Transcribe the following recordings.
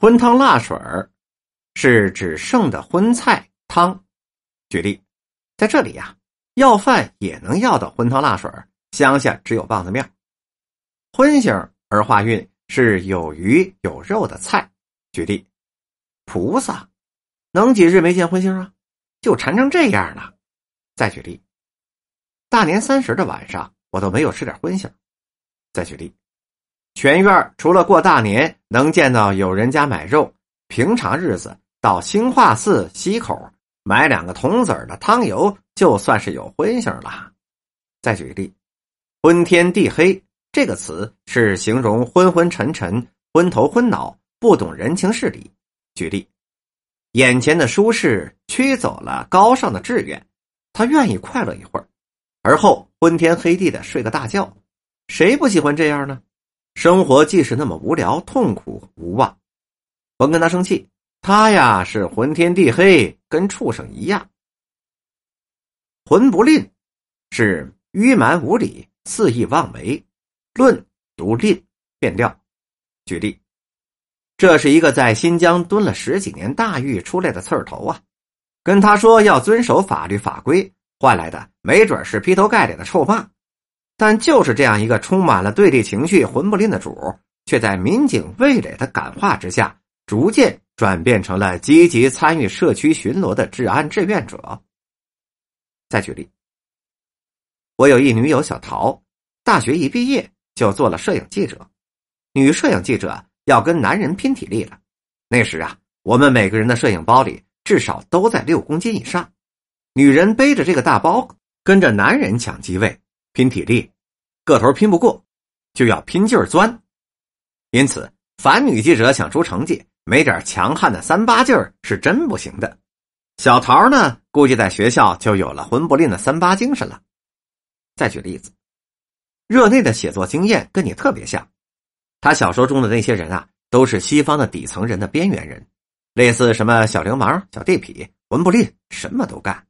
荤汤辣水是指剩的荤菜汤。举例，在这里呀，要饭也能要到荤汤辣水，乡下只有棒子面。荤型儿化韵是有鱼有肉的菜。举例，菩萨能几日没见荤腥啊，就馋成这样了。再举例，大年30的晚上我都没有吃点荤腥。再举例，全院除了过大年能见到有人家买肉，平常日子到兴化寺西口买2个铜子的汤油就算是有荤腥了。再举例，昏天地黑这个词是形容昏昏沉沉、昏头昏脑、不懂人情事理。举例，眼前的舒适驱走了高尚的志愿，他愿意快乐一会儿，而后昏天黑地的睡个大觉。谁不喜欢这样呢？生活既是那么无聊、痛苦、无望，甭跟他生气，他呀是昏天地黑，跟畜生一样。浑不吝是愚蛮无理、肆意妄为，论读吝变调。举例，这是一个在新疆蹲了10几年大狱出来的刺儿头啊，跟他说要遵守法律法规，换来的没准是劈头盖脸的臭骂。但就是这样一个充满了对立情绪、混不吝的主，却在民警味蕾的感化之下，逐渐转变成了积极参与社区巡逻的治安志愿者。再举例，我有一女友小陶，大学一毕业就做了摄影记者。女摄影记者要跟男人拼体力了，那时啊，我们每个人的摄影包里至少都在6公斤以上。女人背着这个大包，跟着男人抢机位拼体力，个头拼不过就要拼劲儿钻。因此凡女记者想出成绩，没点强悍的38劲儿是真不行的。小桃呢，估计在学校就有了混不吝的38精神了。再举例子，热内的写作经验跟你特别像，他小说中的那些人啊，都是西方的底层人的边缘人，类似什么小流氓、小地痞，混不吝，什么都干。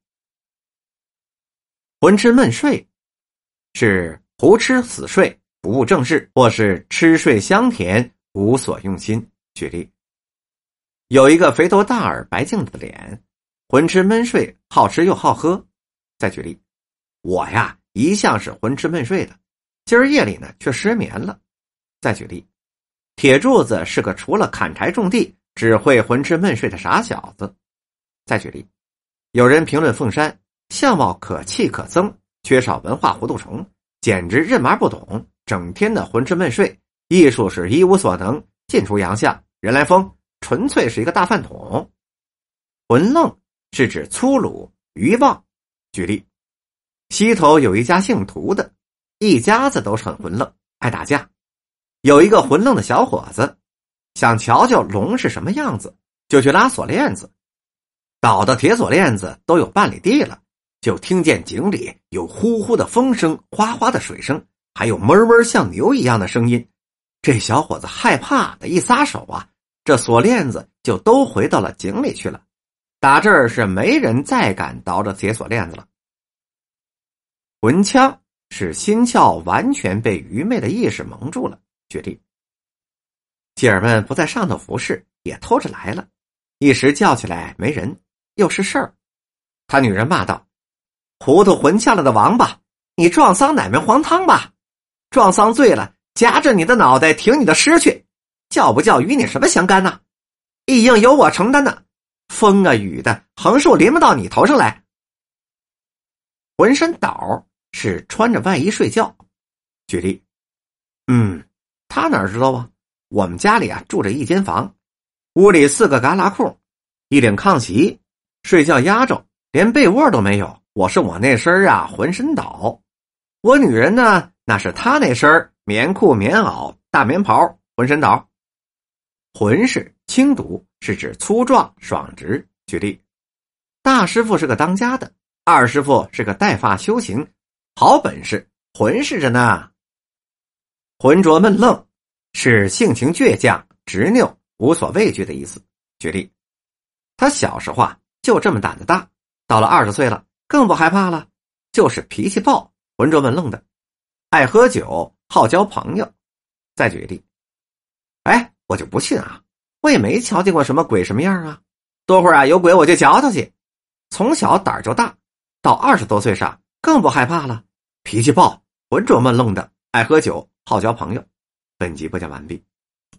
混吃闷睡是胡吃死睡，不务正事，或是吃睡香甜，无所用心。举例，有一个肥头大耳、白净的脸，混吃闷睡，好吃又好喝。再举例，我呀一向是混吃闷睡的，今儿夜里呢却失眠了。再举例，铁柱子是个除了砍柴种地只会混吃闷睡的傻小子。再举例，有人评论凤山相貌可气可憎，缺少文化糊涂虫，简直认麻不懂，整天的混吃闷睡，艺术是一无所能，尽出洋相，人来疯，纯粹是一个大饭桶。混愣是指粗鲁愚妄。举例，西头有一家姓涂的，一家子都是很混愣，爱打架。有一个混愣的小伙子想瞧瞧龙是什么样子，就去拉锁链子，倒的铁锁链子都有半里地了，就听见井里有呼呼的风声，哗哗的水声，还有哞哞像牛一样的声音。这小伙子害怕的一撒手啊，这锁链子就都回到了井里去了。打这儿是没人再敢倒着铁锁链子了。魂腔是心窍完全被愚昧的意识蒙住了。举例，姐儿们不在上头服侍，也偷着来了，一时叫起来没人，又是事儿。他女人骂道，糊涂混下了的王八，你撞丧哪门黄汤吧？撞丧醉了，夹着你的脑袋挺你的尸去，叫不叫与你什么相干呢？一应由我承担呢，风啊雨的横竖淋不到你头上来。浑身倒是穿着外衣睡觉。举例，他哪知道啊？我们家里啊住着一间房，屋里4个旮旯空，一顶炕席，睡觉压着，连被窝都没有。我是我那身啊浑身倒，我女人呢，那是她那身棉裤、棉袄、大棉袍，浑身倒。浑是轻读，是指粗壮爽直。举例，大师傅是个当家的，二师傅是个带发修行，好本事，浑实着呢。浑浊闷愣是性情倔强、执拗、无所畏惧的意思。举例，他小时候啊就这么胆子大，到了20岁了更不害怕了，就是脾气暴，浑浊闷愣的，爱喝酒，好交朋友。再举例，我就不信啊， 我也没瞧见过什么鬼什么样啊，多会儿啊有鬼我就瞧瞧去。从小胆儿就大，到20多岁上更不害怕了，脾气暴，浑浊闷愣的，爱喝酒，好交朋友。本集播讲完毕。